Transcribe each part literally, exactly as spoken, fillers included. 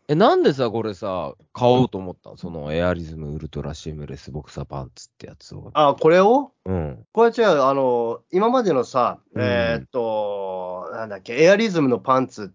え、なんでさ、これさ、買おうと思ったの？そのエアリズムウルトラシームレスボクサーパンツってやつを。 あ、これをうん。 これ違う、あの、今までのさ、 うんえーっと、なんだっけ、エアリズムのパンツって、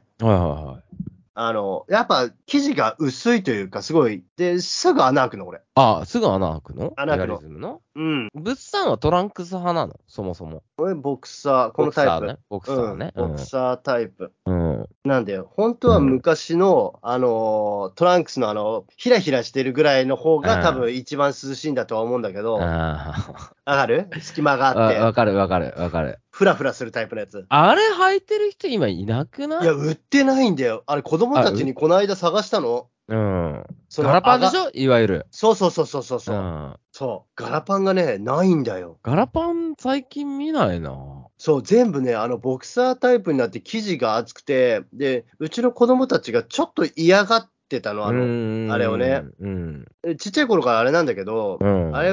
はいはいはい。 あの、やっぱ生地が薄いというか、すごい、で、すぐ穴開くの、これ。 あ、すぐ穴開くの？エア穴開くの。 リズムのうん。 物産はトランクス派なの？そもそも。 これボクサー、こボのタイプ。 クサーね。ボクうん、 サーね。うボクん。 サータイプ。 うん。 なんだよ。本当はうん。 昔の、あのートランクスのあの、ひらひらしてるぐらいの方が多分あ一番涼しいんだとは思うんだけど、 あ。 わかる隙間があわ、 って、 わかるわかるわかる。 フラフラするタイプのやつ。 あれ履いてる人今いなくいや、 ない？ 売ってないんだよ。あれ、子供あ、 たちう、 にこの間探したの。 うん。 その、 ガラパあが、 ンでしょいわゆる。 そうそうそうそうそうそう。 うん。 そう。ガラパンがね、ないんだよ。 ガラパン最近見ないな。 そう、全部ね、あの、ボクサータイプになって生地が厚くて、で、うちの子供たちがちょっと嫌がってたの、 うーあの、あれをね。 ん。うん。 えちっちゃい頃からあれなんだけど、 うん。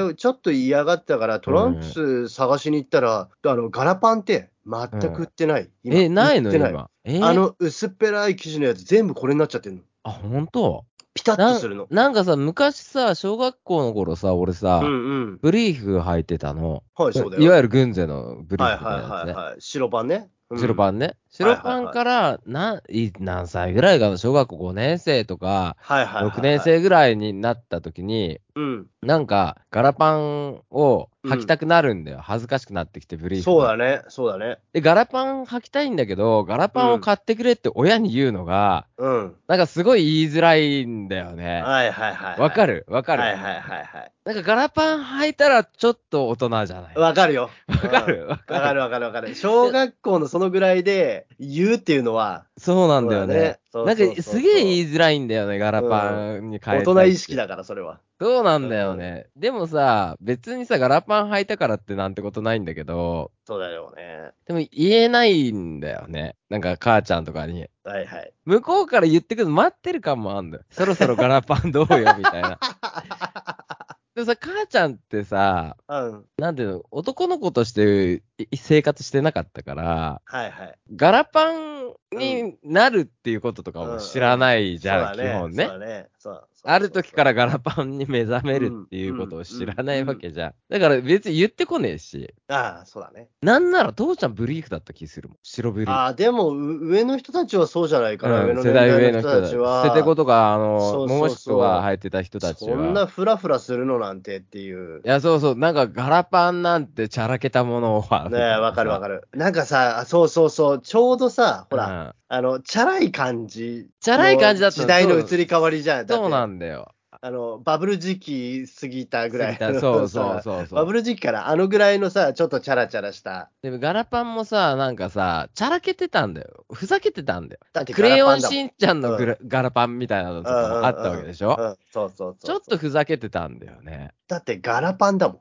あれをちょっと嫌がってたから、トランクうん。 ス探しに行ったら、あの、ガラパンって全く売っうん。 てない。今、 え、 売っないのてない。 今。えあの、薄っぺらい生地のやつ全部これになっちゃってるの。 あ、ほんと？ ピタッとなん、 するの。 なんかさ、昔さ、小学校の頃さ、俺うさ、 んうん。 ブリーフ履いてたの。 はい、そうだよ。 いわゆる軍勢のブリーフみたいはいはいなやつね。 はいはい。白パンね。うん。 白パンね。 はい白パンはいはい。 から、な、い、何歳ぐらいかな、小学校ごねん生とか、 はいはい 6 はいはい。 年生ぐらいになった時に、 うん。 なんか、ガラパンをうん。 履きたくなるんだよ。恥ずかしくなってきて、ブリーフが。 そうだね。そうだね。 で、ガラパン履きたいんだけど、ガラパンをうん。 買ってくれって親に言うのが、 うん。 なんかすごい言いづらいんだよね。 はいはいはいはい。 わかるわかる。 はいはいはいはい。 なんかガラパン履いたらちょっと大人じゃない？ わかるよ。 わかうん。わるわかる。 かるわかるわかる。小で学校のそのぐらいで言うっていうのは、 そうなんそうだよね。 だね。そうなんかそうそすげえ言うそいづらいんだよね、ガラう。うん。 パンに変大えたいって。 人意識だから、それは。 そうなんだようん。 ね。でもさ、別にさ、ガラパン履いたからってなんてことないんだけど、 そうだよね。 でも言えないんだよね。なんか母ちゃんとかに。 はいはい。 向こうから言ってくるの待ってる感もあんだよ。そろそろガラパンどうよみたいな。でもさ、母ちゃんってさ、 うん。 なんていうの、男の子としてい生活してなかったから、 はいはい。 ガラパンうん。 になるっていうこととかうんも知らうん。 ないじゃん、基そうだね。 本ね。 そうだね。そうそあるうそうそ時からガラパンに目覚めう。うるっん。 ていうことうん。 を知らうん。 ないうん。 わけじゃん。だから別に言ってこねえし。 ああ、そうだね。 なんなら父ちゃんブリーフだった気するもん。白ブリーフ。 ああ、でも、う上の人たちはそうじゃないかな。 うん、 上の世代年代の上の人だ。 人たちステテコは、 とか、あの、 そうそうモモシとかそう。 履いてた人たちは、 そんなフラフラするのなんてっていう。 いや、そうそう、なんかガラパンなんてチャラけたものは、みねえ、わたいなさ。 かるわかる。なんかさ、あそうそうそう。ちょうどさ、ほら、 うん。 あの、チャラい感じチャラい感じだったの、 の時代のそう、 移り変わりじゃん。だっそうなて、 んだよ。 あの、バブル時期過ぎたぐらい過ぎた、そのうそうさ、 そうそバブル時期からあのぐらいのさ、ちょっとチャラチャラした。 う。でもガラパンもさ、なんかさ、チャラけてたんだよ。ふざけてたんだよ。 だってガクレヨンラパンだもん。 しんちゃんうん。 のグラガラパンみたいなのうんうとかもあったわんうん。 けでしょ？ うん。そうそうちょっそうそう。 とふざけてたんだよね。 だってガラパンだもん。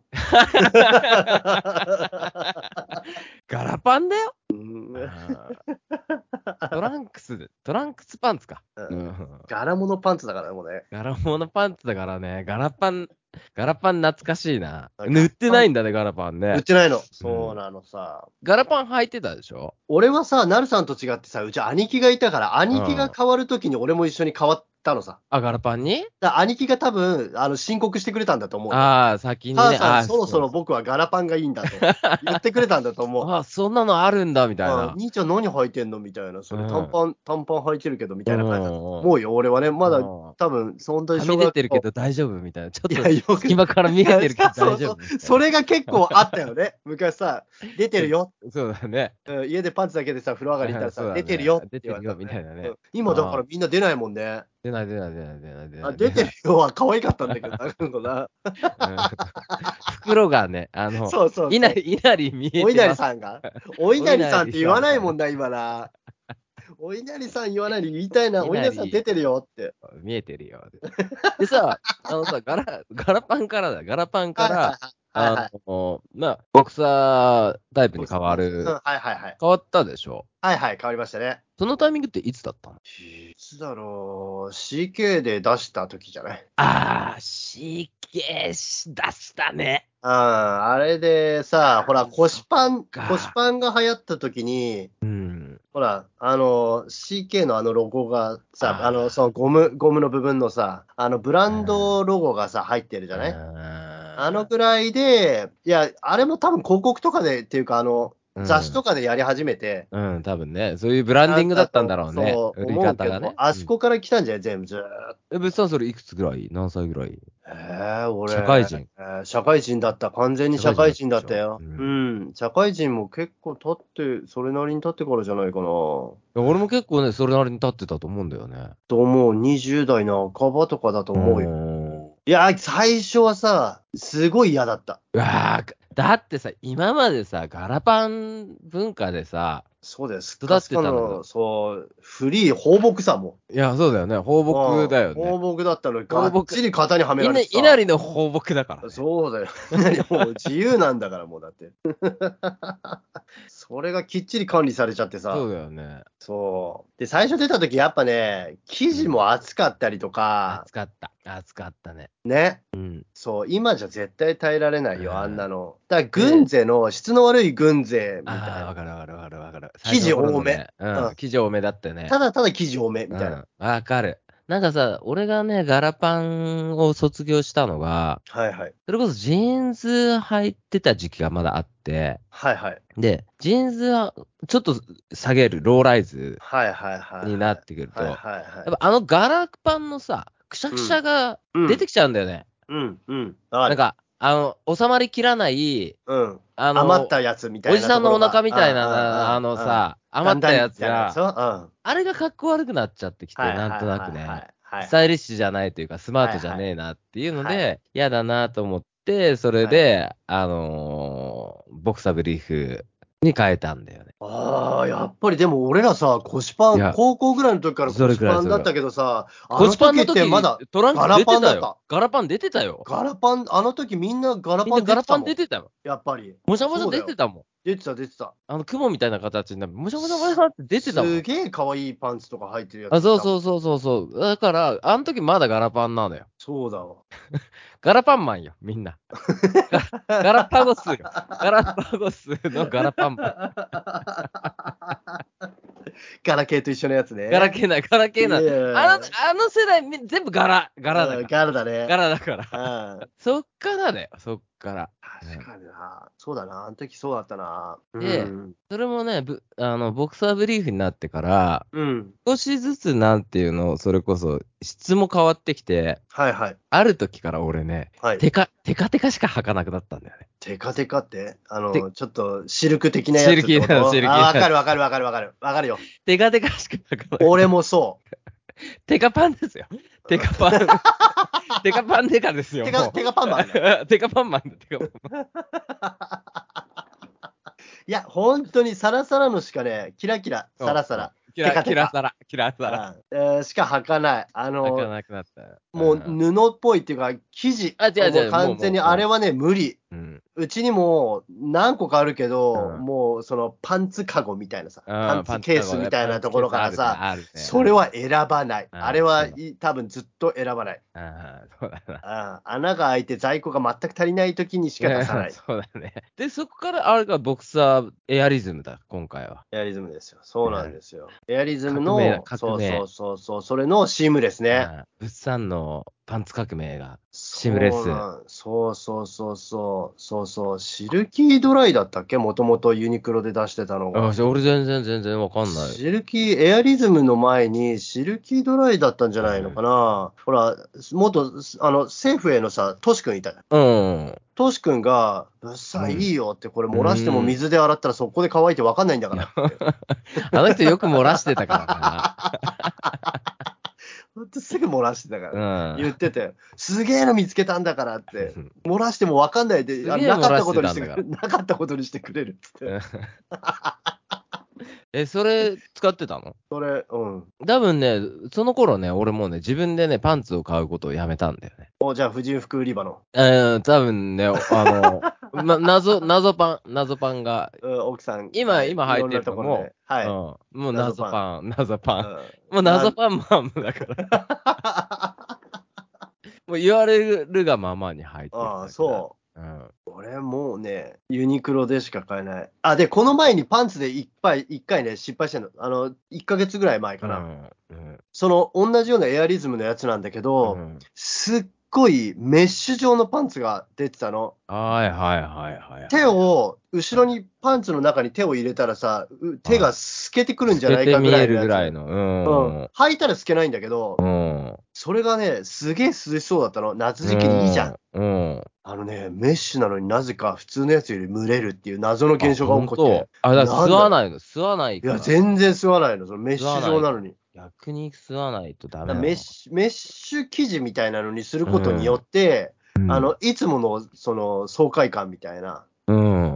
ガラパンだよ。 うんあートランクスで、トランクスパンツか。 うんうん。 柄物パンツだからねもうね。 ガラモパンツだからね、ガラパン、ガラパン懐かしいな。 ガ塗ってラパンないんだね、ガラパンね。 売ってないの。 うん。 そうなのさ。 ガラパン履いてたでしょ？ 俺はさ、なるさんと違ってさ、うち兄貴がいたから、兄貴がうん。 変わるときに俺も一緒に変わったのさ。 あ、ガラパンに？ だから兄貴が多分、あの、申告してくれたんだと思うんだよ。 ああ、先にね。 母さん、 ああ、 そろそそう。 ろ僕はガラパンがいいんだと言ってくれたんだと思う。 ああ、そんなのあるんだ、みたいあ、 な。 兄ちゃん何履いてんのみたいな。それ短うん。 パン、短パン履いてるけど、みうたいな感じだったとん。うん。 思うよ。俺はね、まだうん多分、本当にはみ出てるけ小学校。 ど大丈夫みたいな。ちょっいや、 とよく、い隙間から見えや、 てるけどそうそう。 大丈夫みたいな。 それが結構あったよね。昔さ、出てるよ。 そうだね。 うん、家でパンツだけでさ、風呂上がり行ったあらさ、 そうだね。 出てるよって出てるよ、み言われたのね。うん、 たいなね。 今だからああ。 みんな出ないもんね。 出ない出ない出ない出ない出なあ、 い出ない。 出てるよは可愛かったんだけど、なんかな。 うん。袋がね、あの、 そうそうそう。 いなり、いなり見えお稲荷てます。 さんが。おお稲稲荷さんって言わ荷さんがね、 ないもんな、今な。お稲荷さん言わないで言いたいな。 いお稲荷さん出なりてるよって。 見えてるよ。でさ、あのさ、ガラ、ガラパンからだ、ガラパンはいはいはい。 から、あはいはい。 の、まあ、ボクサータイプに変ボクサーパンツ。うん、 わる、 はいはいはい。 変わったでしょ？ はいはい、変わりましたね。 そのタイミングっていつだったの？ いつだろう。シーケー で出した時じゃない？ あー、シーケー し出したね。 うん、あれでさ、ほら、 そっ腰パン、腰か。 パンが流行った時に、 うん。 ほら、あの、シーケー のあのロゴがさ、 あーあの、そのゴム、ゴムの部分のさ、あのブランドロゴがさ、入ってるじゃない？あのあぐらいで、いや、あれも多分広告とかでっていうか、あの、 ー雑誌とかでやり始めて、 うん、うん、多分ね。そういうブランディングだったんだろうね。 そう売り思うけど、 方がね。うん。 あそこから来たんじゃない全部ずーっと。 え、物産それいくつぐらい？何歳ぐらい？ えー、俺、 社会人。 えー社会人だった。完全に社会人だ社会人ったでしょ。 だったよ。ううん。 ん。社会人も結構経って、それなりに経ってからじゃないかな。 いや俺も結構ね、それなりに立ってたと思うんだよね。 と思う。にじゅう代半ばとかだとう思うよ。 ーん。 いや、最初はさ、すごい嫌だった。 うわーだってさ、今までさ、ガラパン文化でさ、 そうです。 育っかすかてたのよ。 の、そう、フリー、放牧さも。 いや、そうだよね。放うん。 牧だよね。 放牧だったのに、が放牧。 っちり型にはめられ稲、 てさ。 稲荷の放牧だからね。 そうだよ。もう自由なんだから、もうだって。それがきっちり管理されちゃってさ。 そうだよね。 そう。で、最初出た時やっぱね、生地うん。 も厚かったりとか、 暑かった。暑かったね。 ね。 うん。 そう、今じゃ絶対耐えられなういよ、あんなん。 の。だから、軍で、 勢の質の悪い軍勢みたああ、 いな。 わかるわかるわかるわかる。最生初の地多め。 頃のね、うん。 うん。 生地多めだったよね。 ただただ生地多めみたいな。 うん。わかる。なんかさ、俺がね、ガラパンを卒業したのが、 はいはい。 それこそジーンズ履いてた時期がまだあって、 はいはい。 で、ジーンズはちょっと下げるローライズはいはいはいになっはい。 てくると、 はいはいはい。 やっぱあのガラパンのさ、くしゃくしゃうん。 がうん。 出てきちゃうんだよね。 うん。うん。わかる。 なんか、あの、収まりきらない、 うん。 あの、 余ったやつみたいなおじさんのおところが。 腹みたいなな、あのうんうんうんうん。 さ、余ったガンダリみやつが、 たいなやつよ。うん。はあれがかっこ悪くなっちゃってきいはて、なんとないはいくね、 はい。はいスタイはい。 リッシュじゃないというか、スマートじゃはいはい。 ねえなっていうのはい。 で、嫌だなと思って、それはい。 で、あのーボクサーブリーフに変えたんだよね。 ああ、やっぱりでも俺らさ、腰パン、 いや、 高校ぐらいの時からそれ腰くらいそれくらい。 パンだったけどさ、あのコチパン時ってまの時、 だトランクガラ出てたよ。 パンだった。 ガラパン出てたよ。 ガラパン、あの時みんなガラパンみんなガラパ出てたもん。 ン出てたよ。 やっぱり。 もしゃもしゃそうだよ。 出てたもん。 出てた出てた。 あの、雲みたいな形になって、もしゃもしゃもしゃって出てたもん。 すげえ可愛いパンツとか履いてるやあ、 ついたもん。 そうそうそうそうそう。だから、あの時まだガラパンなのよ。 そうだわ。 ガラパンマンよ、みんな。ガガラパゴスよ。ガラパゴスのガラパンマン。 ガラケーと一緒のやつガラね。 ケーな、ガラケーな。 いやあの、あの世代み全部ガラ、ガラだうん、 から。 ガラだね。 ガラだから。 うん。 そっからだよ、そっから。うん確かにな。そうだな。あの時そうだったな。うで、 ん。 それもね、ぶあの、ボクサーブリーフになってから、 うん。 少しずつなんていうの、それこそ質も変わってきて、 はいはい。 ある時から俺ね、 はい。 テカ、テカテカしか履かなくなったんだよね。 テカテカってあて、 の、ちょっとシルク的なやつってこシルキーなの、シとあ、 ルキーなやつ。 わかるわかるわかるわかる。わかるよ。 テカテカしか履かなくな俺った。 もそテカパンですよ。 う。 テカパン。テカパンデカですよ、 テカ、 もテカパンマンだ。 う。テカパンマンだ、テカパンマン。 いや、本当にサラサラのしかね、キラキラ、サラサうんうんラ、 キラ、 テカテカ。 キラサラ、キラサラ。 うんえーしか履かない。あの、 履かなくなったよ。うもうん。 布っぽいっていうか、生地。 あ、違うもう違う、もう完全もう、もにあれはね、無理。 う。うん。 うちにも何個かあるけど、 うん。 もうそのパンツカゴみたいなさ、パうん、パンツケーンツカゴね、 スみたいパンツなところケースあるね、 からさ、 あるね、 それはあるね。 選ばない。 うん、 あれはそうだ。 い多分ずっと選ばない。 うん、そうだな。 あ穴が開いて在庫が全く足りない時にしか出さない。 そうだね。で、そこからあれがボクサーエアリズムだ、今回は。 エアリズムですよ。そうなんですよ。エアリズム革命だ、 の、 革命。 そうそうそうそう、それのシームレスね。 うん。物産のパンツ革命が、シムレス。 そうなん、そうそうそうそう、そうそう、シルキードライだったっけもともとユニクロで出してたのあ、 が。 俺全然全然わかんない。 シルキー、エアリズムの前にシルキードライだったんじゃないのかな。ほら、元、あの、政府へのさ、トシ君いたじゃん。 うん。 トシ君が、うっさ、 うん。 いいよって、これう漏らしてもん。 水で洗ったら速攻で乾いてわかんないんだからって。 あの人よく漏らしてたからな。 ほんとすぐ漏らしてたかうら。 ん。 言ってたよ。すげえの見つけたんだからって。漏らしてもわかんないで、 すあげえ漏らしなかったこてたんだから。 とにしてくれ、なかったことにしてくれるっつって。 え、それ使ってたの？ それ、うん。 多分ね、その頃ね、俺もうね、自分でね、パンツを買うことをやめたんだよね。 お、じゃあ、婦人服売り場の、 うん、多分ね、あの、ま、謎、謎パン、謎パンが、 うん奥さん今、 が今履いていろんなるのも、 ところで、はうん、 い。 もう謎パン。 謎パン、謎パン。 うん。 もう謎な、 パンマンだから。もう言われるがままに履いてるああ、 だけだ。 そうん。 う。俺れもうね、ユニクロでしか買えない。あ、で、この前にパンツで一回、一回ね、失敗してんの。あの、いっかげつぐらい前かな。 うんうんその、同じようなエアリズムのやつなんだけうど、 ん。 すっごいメッシュ状のパンツが出てたの。 はいはいはいはいはい。 手を、後ろにパンツの中に手を入れたらさ、う手が透けてくるんじゃないかぐらいのやつ。 透けて見えるぐらいの。ううん。 ん。 履いたら透けないんだけど、 うん。 それがね、すげえ涼しそうだったの。夏う時期にいいじゃん。 ん。うん。 あのね、メッシュなのになぜか普通のやつより蒸れるっていう謎のあ、 現象がほんと。 起こって。 あ、だから吸なんだよ。 わないの。吸わないいや、 から。 全然吸わないの。そのメッ吸シュわないか。 状なのに。 逆に吸わないとダメだなのか。 メッシュ、メッシュ生地みたいなのにするうことによん。 って、 うんあの、いつものその爽快感みたいな、 うん。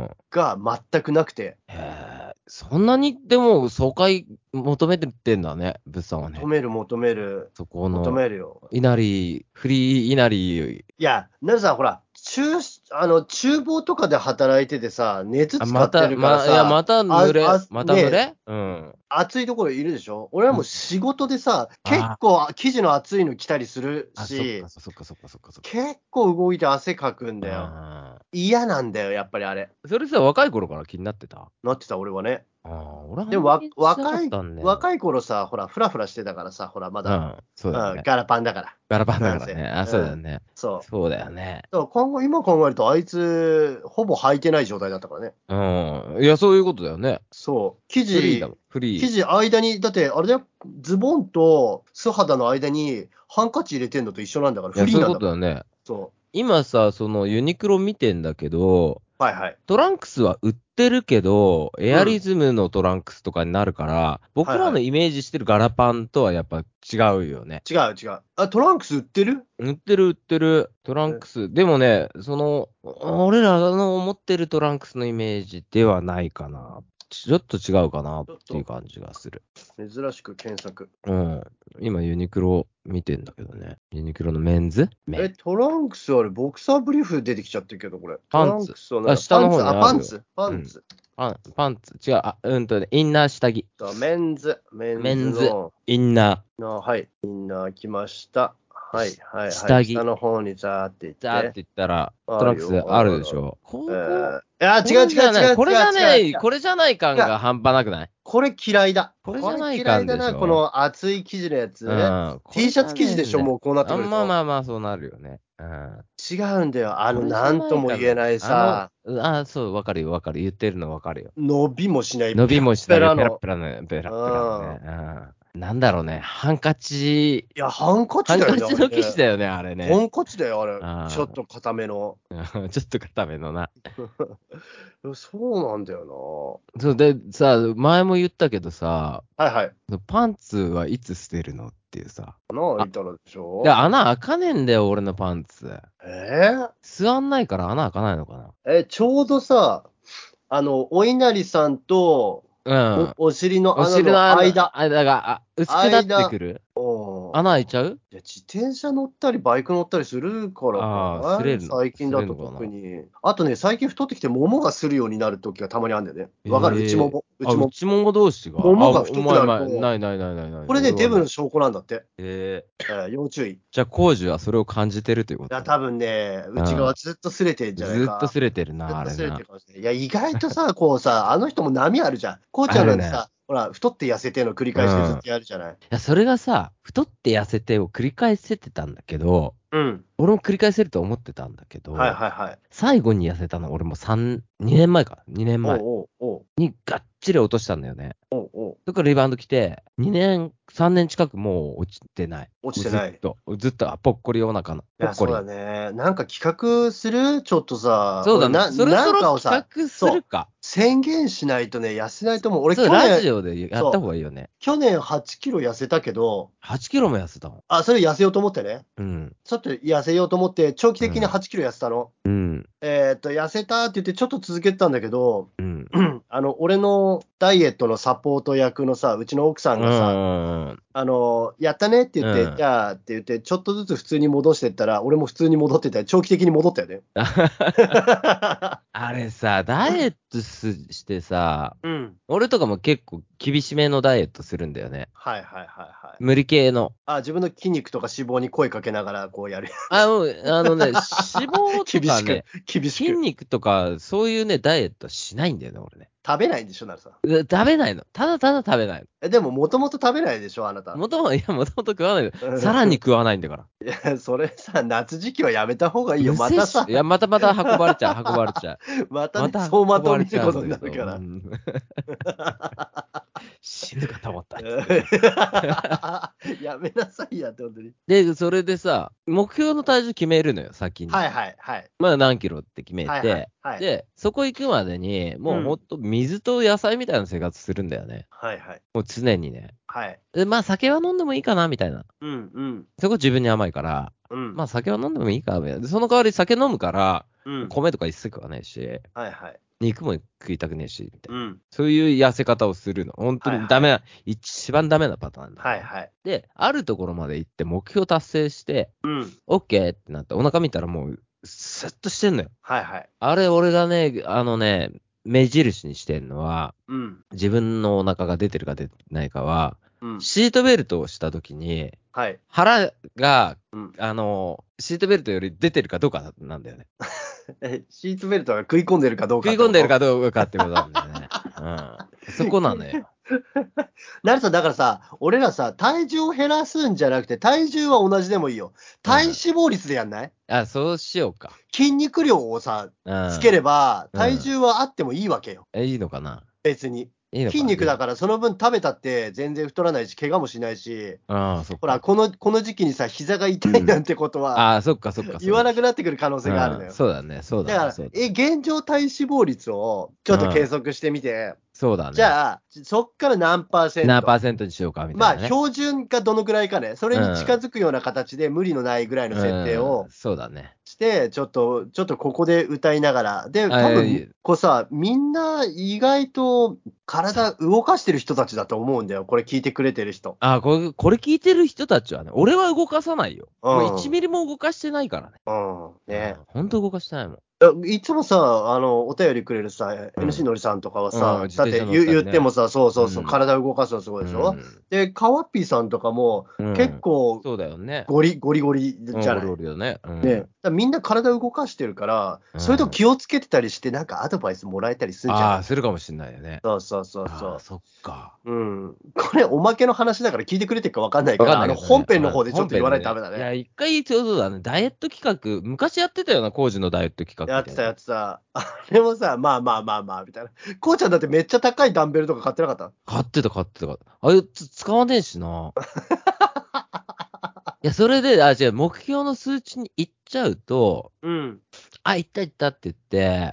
が全くなくて、 へえ、そんなにでも爽快求めてってんだね、物産はね。 求める求める、 そこ求の、 めるよ。 稲荷、フリー稲荷、 いや、なるさん、ほら、中、あの、厨房とかで働いててさ、熱あ、 使また、 ってるからま、いや、 さ、 またあ、 群れ、 あ、 また群ね、 れうん。 暑いところいるでしょ。俺はもう仕事でさ、結あ構生地の熱いの着たりするあ、そっし、 かそっかそっかそっかそっか。 結構動いて汗かくんだよ。 あ嫌なんだよ、やっぱりあれ。 あ。それさ、若い頃から気になってた？ なってた、俺はね。 ああ、俺あでも、わ、 んまりしなかっ若い、 たんだよ若い頃さ、ほら、フラフラしてたからさ、ほら、まな。うだ、 ん、そうだようん、 ね。 ガラパンだから。 ガラパンだなんせ。 からね。あ、 うん。 そうだよね。 そう。 そうだよね。 だから今後、今考えると、あいつ、ほぼ履いてない状態だったからね。 うん。いや、そういうことだよね。 そう。生地、 フリーだもん。フリー。 生地間に、だって、あれだよ、ズボンと素肌の間にハンカチ入れてんのと一緒なんだから、 いや、 フリそういうーなんだから。 ことだよね。 そ今さ、そのユニクロ見てんだけど、 う。はいはい。 トランクスは売ってるけど、エアリうん。 ズムのトランクスとかになるから、僕らのはいはい。 イメージしてるガラパンとはやっぱ違うよね。 違う違う。あ、トランクス売ってる？ 売ってる売ってるトランえクス。でもね、その、俺らの思ってるトランクスのイメージではないかな。ちょっと違うかなっちょっと、 ていう感じがする。 珍しく検索。 うん。今ユニクロ見てんだけどね。ユニクロのメンズメえ、 ン。 トランクスあれ、ボクサーブリーフ出てきちゃってるけど、これ。トランパンツ。あ、 クスはね、 下の方パンツ、あ、 にあるよ。 パンツ、パうん。 ンツ。 パン、パンツ。違う。あ、うんとね、インナー下着。 とメンズ、メンズメンズ、 の、 インナの、はい、インナー来ました。 ー、 はい、 しはい、はい。 下着。 下の方にザーっていっザーってて。 言ったら、トあるよ、 ランクスあるあるある。 でしょ。 えここ、 ー、いや、違こう違うれじゃない、 違うこれじゃ違う違う違う。 ない、これじゃないいや、 感が半端なくない？ これ嫌いだ。 これじこれゃない感嫌いだな、こでしょ。 の厚い生地のやうつ。 ん、こ T シャれじゃツ生地でしょ、 ねえんだよ。 もうこうなってあ、 くると。 まあまあまあ、そうなるよね。うん。 違うんだよ。あの、 これじゃなんとないかな。 も言えないあの、 さ、 あ、そう、わかるよ、わかる。言ってるのわかるよ。 伸びもしない、 伸ペラッびもしない、ペラッペラの。 ペラの、ペラうッペラのん。 ね。うん。なんだろうね。ハンカチ、 いや、ハンカハンチだよね、 カチの生あれね。 地だよね、あれね。 ハンカチだよ、あれ。ちょっあと固めの。 あ、ちょっと固めのな。 そうなんだよそうで、さ、前も言ったけどさ、 な。はいはい。 パンツはいつ捨てるのっていうさ。 穴開あ、 いたらでしいや、 ょ？ 穴開かねえんだよ、俺のパンツ。 え座んないから穴開かないのかな。 ー、え、ちょうどさ、あの、お稲荷さんと、お、 うん。 お尻のお穴の尻の穴、 間、 間が、あ、薄くなってく間、 る。 うん。 穴開いちゃう。 いや、自転車乗ったり、バイク乗ったりするからああー、擦かいれるの。 最近だと擦れるのかな。 特に。あとね、最近太ってきて、ももがするようになる時がたまにあるんだよね。わかる？内ええ、 もも。 あ、 内もも。 内もも同士が、あ、 ももがお太くな前前、 ると、 ないないないないない。 これね、 俺はない。 デブの証拠なんだって。 ええ、 えー要注意。いじゃあ、工事はそれを感じてるというこや、 とだね。 多分ね、内側うん。 ずっと擦れてんじゃないずっとか。 擦れてるずっな、あれな。 と擦れてるかもしれない。いや、意外とさ、こうさ、あの人も波あるじゃん。こうちゃあるね。 んなんてさ、ほら、太って痩せての繰りうん。 返しでずっとやるじゃない。 いや、それがさ、太って痩せてを繰り返せてたんだけど、 うん。 俺も繰り返せると思ってたんだけはいど、 はいはい。 最後に痩せたの俺もさん、にねんまえか。にねんまえおうおうおうにがっちり落としたんだよね。 おうおう。 それからリバウンド来て、にねん、さんねん近くもう落ちてない。もう落ちてない。 ずっと、ずっと、あ、ぽっこりお腹の。 いや、そうだぽっこり。 ね。なんか企画するちょっとさ、 そうだね。 俺な、 そろそなんろ企かをさ、 画するそう、 か。 宣言しないとね、痩せないと思う。俺そう、 去年、 ラジオでやったそう、 方がいいよね。 去年はちキロ痩せたけど、 はちキロも痩せたの。 あ、それ痩せようと思ってね。 うん。 ちょっと痩せようと思って、長期的にうん。 はちキロ痩せたの。 うん。 えーっと、痩せたって言ってちょっと続けてたんだけど、 うん。 あの、俺のダイエットのサポート役のさ、うちの奥さうん。 んがさ、 うん。 あの、やったねって言って、じうん。 ゃあって言って、ちょっとずつ普通に戻してったら、俺も普通に戻ってて、長期的に戻ったよね。 あれさ、ダイエットすしてさ、 うん。 俺とかも結構厳しめのダイエットするんだよね。 はいはいはいはい。 無理系の。 あ、自分の筋肉とか脂肪に声かけながらこうやる。 あの、あのね、脂肪と厳しくかね、、 厳しく。 筋肉とか、そういうね、ダイエットはしないんだよね、俺ね。 食べないんでしょ、なるさん。 う食べないの。ただただ食べないの。 え、でももともと食べないでしょ、あなた。 もともと、いや、もともと食わないの。さらに食わないんだから。 いや、それさ、夏時期はやめた方がいいよ。 無またさ摂取。い、や、またまた運ばれちゃう、運ばれちゃう。 またね、 また走馬灯運ばれちゃ見ることにうんだけど。 なるから。 うん死ぬかと思った。 やめなさいやって、本当に。 で、それでさ、目標の体重決めるのよ、先に。 はいはいはい。 まあ何キロって決めはいはいて、 はい。 で、そこ行くまでに、もうほんと水と野菜みたいな生活するんだよね。 はいはい。 もう常にね。 はい。 で、まあ酒は飲んでもいいかな、みたいな。 うんうんそこ自分に甘いから、 うんまあ酒は飲んでもいいか、みたいな。で、その代わり酒飲むから、 うん。 米とか一切食わないし、 はいはい。 肉も食いたくねえし、みたいな。 うん。 そういう痩せ方をするの。本当にダメな、 は一番ダメなパターンだ、ね。 はいはい。 で、あるところまで行って目標達成して、 うん。 オッケーってなって、お腹見たらもう、スッとしてんのよ。 はいはい。 あれ、俺がね、あのね、目印にしてんのは、 うん。 自分のお腹が出てるか出てないかは、 うん。 シートベルトをしたときに、 はい。 腹が、 うん。 あの、シートベルトより出てるかどうかなんだよね。 え、シートベルトが食い込んでるかどうか食い込んでるかどどうかってことなんだよね。うん。そこなのよ。 なるさん、だからさ、俺らさ、体重を減らすんじゃなくて、体重は同じでもいいよ。体脂肪率でやんない、 あ、そうしようか。 筋肉量をさ、 うん。 つければ、 うん体重はあってもいいわけよ。 え、いいのかな別に。 いいのか筋肉だからその分食べたって全然太らないし、怪我もしないし、 ああ、そっか。 ほら、この、この時期にさ、膝が痛いなんてことは、 ああ、そっかそっか。 言わなくなってくる可能性があるのうん、 よ。 そうだね、そうだね。 だからそう、だえ、 ね。 現状体脂肪率をちょっと計測してみて、 そうだね。 じゃあ、そっから何パーセント何パーセントにしようかみたいまあ、 なね。 標準がどのくらいかね、それに近づくような形で無理のないぐらいの設定をうん、そうだね。 して、ちょっと、ちょっとここで歌いながら、で、 あ多分いいこうさ、みんな意外と体動かしてる人たちだと思うんだよ、これ聞いてくれてる人。 あ、これ、これ聞いてる人たちはね、俺は動かさないよ。 うんもういちミリも動かしてないからね。 うん。ね。 ほんと動かしてないもん。 いつもさ、あの、お便りくれるさ、 うんエヌシー のりさんとかはうんさ、 自だって言,、 転車乗ったりね言ってもさ、そうそうそう、 うん体動かすのすごいでしょ、 うんで、カワッピーさんとかもうん結構そうだよね。 ゴリゴリゴリうん、ゴリじゃない。 ゴリだね。うん。 ね、だからみんな体動かしてるから、 うんそれと気をつけてたりして、なんかアドバイスもらえたりするんじゃああ、 ないするかもしんないよね。 そうそうそうああ、 そそっか。 う。うん。これ、おまけの話だから聞いてくれてるか分かんないかわら、あの、 かんないけどね。 本編の方でちょっと言わないとダ本編でね。いや、 メだね。 一回、そうだね。ダイエット企画、昔やってたような、工事のダイエット企画やってたやみたいな。 ってた。あれもさ、まあまあまあまあ、みたいな。こうちゃんだってめっちゃ高いダンベルとか買ってなかった買ってた、買ってた。買ってたあれ、つ使わねえしな。いや、それで、あ、違う、目標の数値に行っちゃうと、 うん。 あ、行った行ったって言って、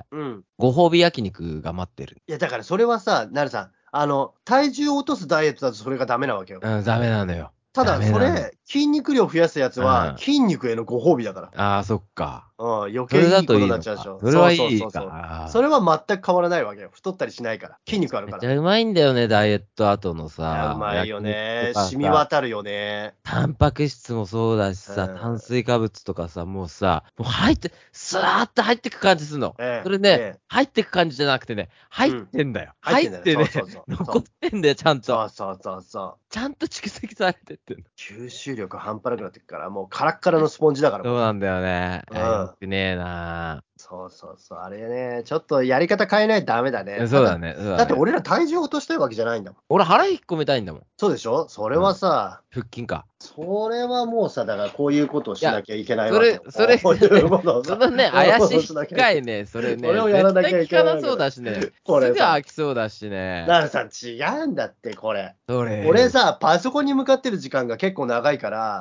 うん。 ご褒美焼肉が待ってる。 いや、だからそれはさ、なるさん、あの、体重を落とすダイエットだとそれがダメなわけよ。 うん、ダメなのよ。 ただ、 ダメなの。 それ、筋肉量増やすやつは、 うん筋肉へのご褒美だから。 ああ、そっか。 うん、余そ計れだといいいいことになっのか。 ちゃうでしょ。 それそうはいいか。 そうそうそう。 あそれは全く変わらないわけよ。太ったりしないから。筋肉あるから。 めっちゃうまいんだよね、ダイエット後のいや、うさ、 まいよ焼肉とね。染みかさ、 渡るよね。 タンパク質もそうだしさ、 うん。 炭水化物とかさ、もうさ、もう入って、スーッと入ってく感じするの。 ええ、 それね、 ええ。 入ってく感じじゃなくてね、入っうん。 てんだよ。 入ってんだよね。 入ってね、 そうそうそう。 残ってんだよ、ちゃんと。 そうそうそうそう。 ちゃんと蓄積されてってんの。 吸収力半端なくなってくから、もうカラッカラのスポンジだから、これ。 そうなんだよね。いや、ようん。 くねえなそうそうそう。あれね、ちょっとやり方変えないとダメだね。ただ、 そうだね、そうだね。 だって俺ら体重落としたいわけじゃないんだもん。 俺腹引っ込めたいんだもん。 そうでしょそれはさ、 腹筋か。 それはもうさ、だからこういうことをしなきゃいけないそわけよ。 れ、それ、 こういうことをさそのね、怪しい機械ね、それね、 それをやらなきゃいけない絶対効かなそうだしね、すこれさぐ飽きそうだしね。 なるさん、違うんだって、これ。 それ。 俺さ、パソコンに向かってる時間が結構長いから、 うん。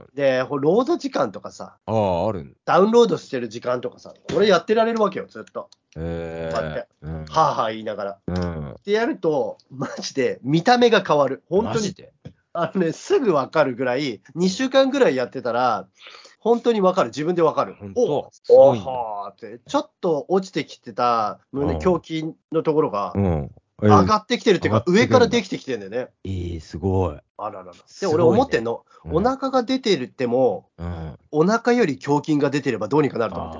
で、ほロード時間とかさ、 ああ、あるんダウンロードしてる時間とかさ、これやってられるわけよ、ずっと。 へこうやって、 え。うん。 はぁはぁ言いながら。 うん。 でやると、マジで見た目が変わる。本当に。 マジであのね、すぐわかるぐらい、にしゅうかんぐらいやってたら、本当にわかる。自分でわかる。 ほんとすおごいんだはーって、ちょっと落ちてきてた胸、 うん胸筋のところがう、ん。 上がってきてるっていうか、 上がってくんだ上からできてきてんだよね。 ええ、すごい。 あららら。で、 すごいね俺思ってんの、 うんお腹が出てるっても、 うん。 お腹より胸筋が出てればどうにかなると思ってる。 あ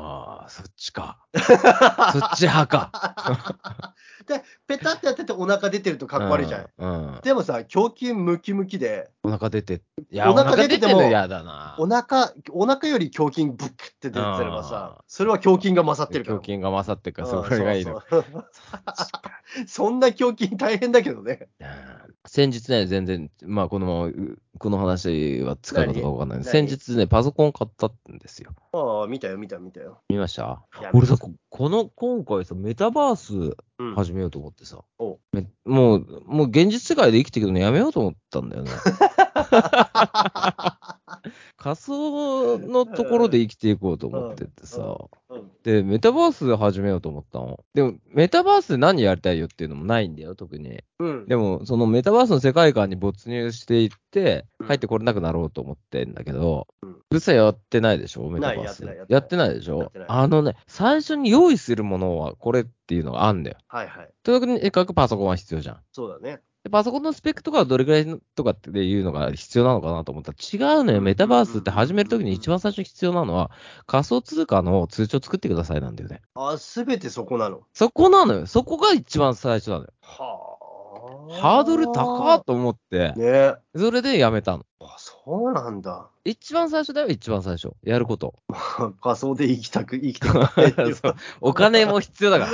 ああ、そっちか。そっち派か。 で、ペタってやっててお腹出てるとかっこ悪いじゃん。 うん。うん、 でもさ、胸筋ムキムキで。 お腹出て、いや、 お腹出てても、 お腹出てるの嫌だな。 お腹、お腹より胸筋ブッって出てればさ、それは胸筋が勝ってるから。 胸筋が勝ってるから、それがいいの。 そうそうそんな胸筋大変だけどね。 先日ね、全然、まあ、この、この話は使うのかわかんない。先日ね、パソコン買ったんですよ。 ああ、見たよ、見たよ、見たよ。 見ました？俺さ、この、今回さ、メタバース始めようと思ってさ、うん、もう、もう現実世界で生きていくのやめようと思ったんだよね。仮想のところで生きていこうと思ってってさ、で、メタバース始めようと思ったの。でも、メタバースで何やりたいよっていうのもないんだよ、特に。うん、でも、そのメタバースの世界観に没入していって、帰ってこれなくなろうと思ってんだけど、実際やってないでしょ、メタバース。やってないでしょ。あのね、最初に用意するものはこれっていうのがあるんだよ。はいはい。とにかくパソコンは必要じゃん。そうだね。パソコンのスペックとかはどれくらいとかっていうのが必要なのかなと思ったら違うのよ。メタバースって始めるときに一番最初必要なのは仮想通貨の通帳作ってくださいなんだよね。あ、すべてそこなの？そこなのよ。そこが一番最初なのよ。はあ。ハードル高っと思って。ね。それでやめたの。あ、そうなんだ。一番最初だよ、一番最初。やること。仮想で生きたく、生きてくる。お金も必要だから。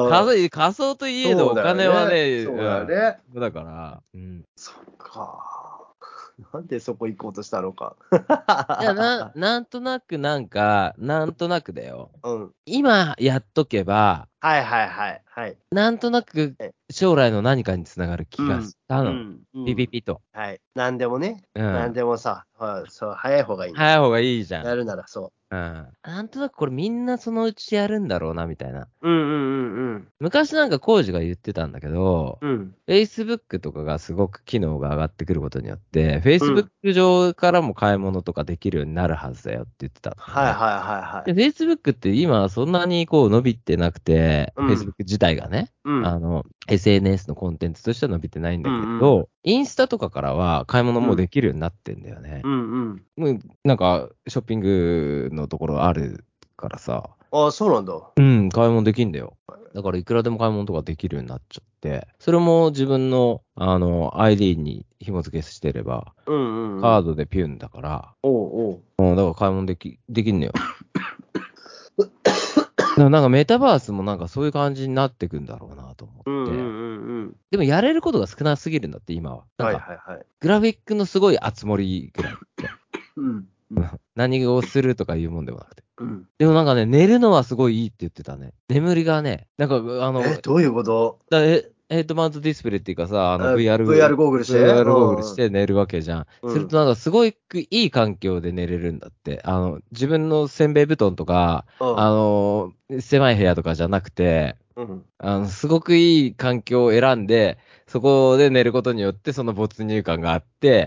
仮想、仮想といえどお金はね、そうだよね。うん、だから、うん。そっか。なんでそこ行こうとしたのか。いや、な、なんとなくなんか、なんとなくだよ。うん。今やっとけば、はいはいはいはい。なんとなく将来の何かにつながる気がしたの。うんうん、ピピピと。はい。なんでもね。うん、なんでもさ、そう、早い方がいい。早い方がいいじゃん。やるならそう。うん。なんとなくこれみんなそのうちやるんだろうな、みたいな。うんうんうんうん。昔なんかコウジが言ってたんだけど、うん。Facebook とかがすごく機能が上がってくることによって、Facebook 上からも買い物とかできるようになるはずだよって言ってた、ね。はいはいはいはい。で、Facebook って今そんなにこう伸びてなくて、うん、Facebook 自体がね、うん、あの、エスエヌエス のコンテンツとしては伸びてないんだけど、うんうん、インスタとかからは買い物もできるようになってんだよね。うんうん。もうなんか、ショッピングのところあるからさ。ああ、そうなんだ。うん、買い物できんだよ。だからいくらでも買い物とかできるようになっちゃって、それも自分の、あの、アイディー に紐付けしてれば、うんうんうん、カードでピュンだから、おうおう。うん、だから買い物でき、できんのよ。なんかメタバースもなんかそういう感じになってくんだろうなと思って。うんうんうんうん、でもやれることが少なすぎるんだって今は。なんか、はいはいはい、グラフィックのすごい熱盛ぐらいって。うんうん、何をするとかいうもんでもなくて。うん、でもなんかね、寝るのはすごいいいって言ってたね。眠りがね、なんかあの、え、どういうこと？だえヘッドマウントディスプレイっていうかさ、あの ブイアール、ブイアール ゴーグルして ブイアール ゴーグルして寝るわけじゃん。うん、するとなんかすごいいい環境で寝れるんだって。あの、自分のせんべい布団とか、うん、あの、狭い部屋とかじゃなくて、うん、あの、すごくいい環境を選んで、そこで寝ることによってその没入感があって、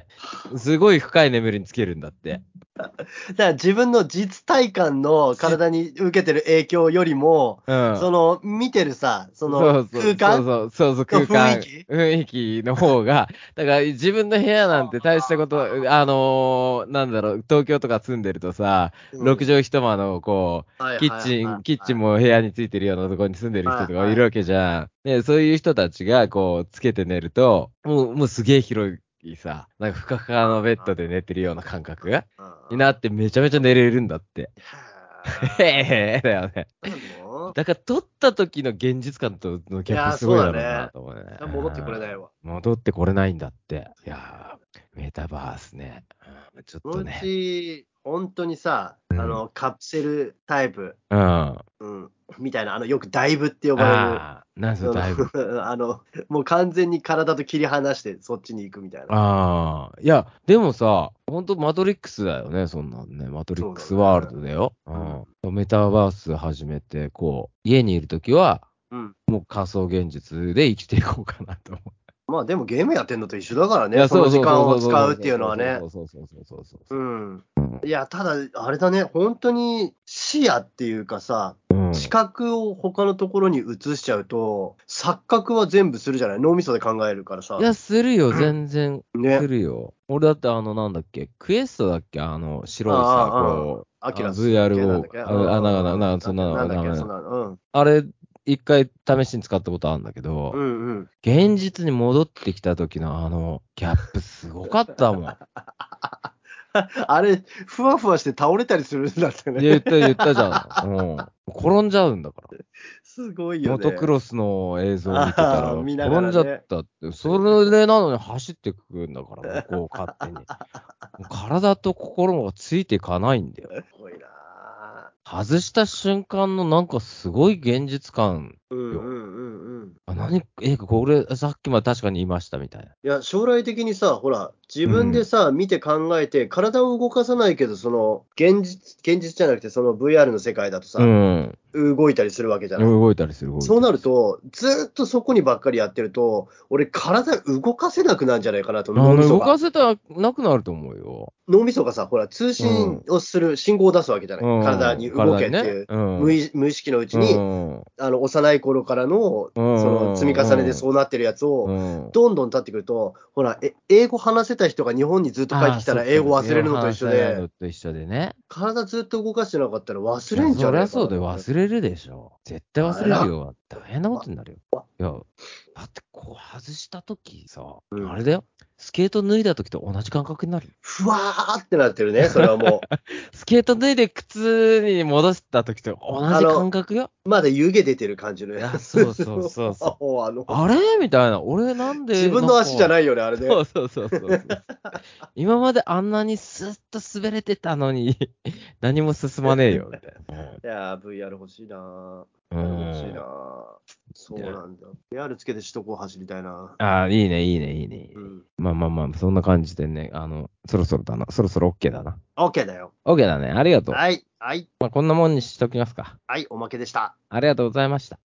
すごい深い眠りにつけるんだって。だから自分の実体感の体に受けてる影響よりも、うん、その見てるさ、その空間そうそうそうそう空間雰囲気雰囲気の方が、だから自分の部屋なんて大したこと、あのー、なんだろう、東京とか住んでるとさ、うん、ろくじょう一間のこう、キッチン、キッチンも部屋についてるようなところに住んでる人とかいるわけじゃん。はいはい、で、そういう人たちがこう、つけて寝ると、もう、もうすげえ広い。さ、なんかふかふかのベッドで寝てるような感覚になってめちゃめちゃ寝れるんだって。へぇーだよね。だから撮った時の現実感とのギャップすごいだろうなと思うね。戻ってこれないわ。戻ってこれないんだって。いやー、メタバースね。うん、ちょっとね。うち、本当にさ、うん、あの、カプセルタイプ。うん。うん。みたいな、あの、よくダイブって呼ばれる。ああ、なんすか、ダイブ。あの、もう完全に体と切り離して、そっちに行くみたいな。ああ、いや、でもさ、ほんとマトリックスだよね、そんなんね。マトリックスワールドだよ。うだね、うん。メタバース始めて、こう、家にいるときは、うん、もう仮想現実で生きていこうかなと思う。まあでもゲームやってんのと一緒だからね、その時間を使うっていうのはね。そうそうそうそうそうそう。うん。いや、ただ、あれだね、本当に視野っていうかさ、うん、 うん視覚を他のところに移しちゃうと、錯覚は全部するじゃない、脳みそで考えるからさ。 いや、するよ、全然。 ね。 するよ。俺だってあの、なんだっけ、クエストだっけ、あの、白いさ、 ああ、 こう、 ああ、アキあのラスブイアール を、 系なんだっけ、 あ、あなんか、なうんなんか、そんなの、 なんだっけ、 なんか、 そんなの。うん。 あれ、一回試しに使ったことあるんだけど、 うんうん。 現実に戻ってきた時のあの、ギャップすごかったもん。 あれ、ふわふわして倒れたりするんだってね。 言った、言ったじゃん。うん。転んじゃうんだから。 すごいよね。 モトクロスの映像を見てたら、 あー見ながらね転んじゃったって、それでなのに走ってくんだから、向こう勝手に。もう体と心がついていかないんだよ。 すごいな外した瞬間のなんかすごい現実感ぁ。うんうんよ。 うんうん。 あ、何、え、これ、さっきまで確かに言いましたみたいな。 いや、将来的にさ、ほら、自分うん。 でさ、見て考えて、体を動かさないけど、その、現実、現実じゃなくて、その ブイアール の世界だとうさ、 ん。 動いたりするわけじゃない。 動いたりする、動いそうなたりする。 ると、ずーっとそこにばっかりやってると、俺、体動かせなくなるんじゃないかなと、 あの、 脳みそが。 動かせたなくなると思うよ。 脳みそがさ、ほら、通うん。 信をする信号を出すわけじゃなうい。体ん。 に動体にね。 けっていう、 うん。 無意無意識のうちうに、 ん。 あの、幼い頃からの、 うその、積み重ねでん。 そうなってるやつうを、 ん。 どんどん経ってくると、ほら、え英語話せた人が日本にずっと帰っああ、 てきたら、 そっか。 英語忘れるのと一話せない緒で、 のと一緒でね。 体ずっと動かしてなかったら忘いや、 れんじゃそりねえかなとゃそうだよ。 思って。 忘れるでしょ。絶対忘あら、 れるよ。大変なことになるよ。いや、だってこう外したときさ、 うん、 あれだよ。スケート脱いだときと同じ感覚になるよ。 ふわーってなってるね、それはもう。 スケート脱いで靴に戻したときと同じ感あの、 覚よ。 まだ湯気出てる感じのやいや、 つ。 そうそうそうそう。 あの、 あれみたいな。俺なん自で、 分の足じゃなんか、 ないよね、あれね。 そうそうそうそうそう。今まであんなにスッと滑れてたのに、何も進まねえよ、みたいな。 いやー、ブイアール 欲しいなー。 うブイアール 欲しいなん。 ー。そうなんだ。ブイアール つけて首都高走りたいな。 ああ、いいね、いいね、いいね、いいね。 うん。 まあまあまあ、そんな感じでね、あの、そろそろだな。そろそろ OK だな。 OK だよ。 OK だね。ありがとう。 はい、はい、 まあ、こんなもんにしときますか。 はい、おまけでした。 ありがとうございました。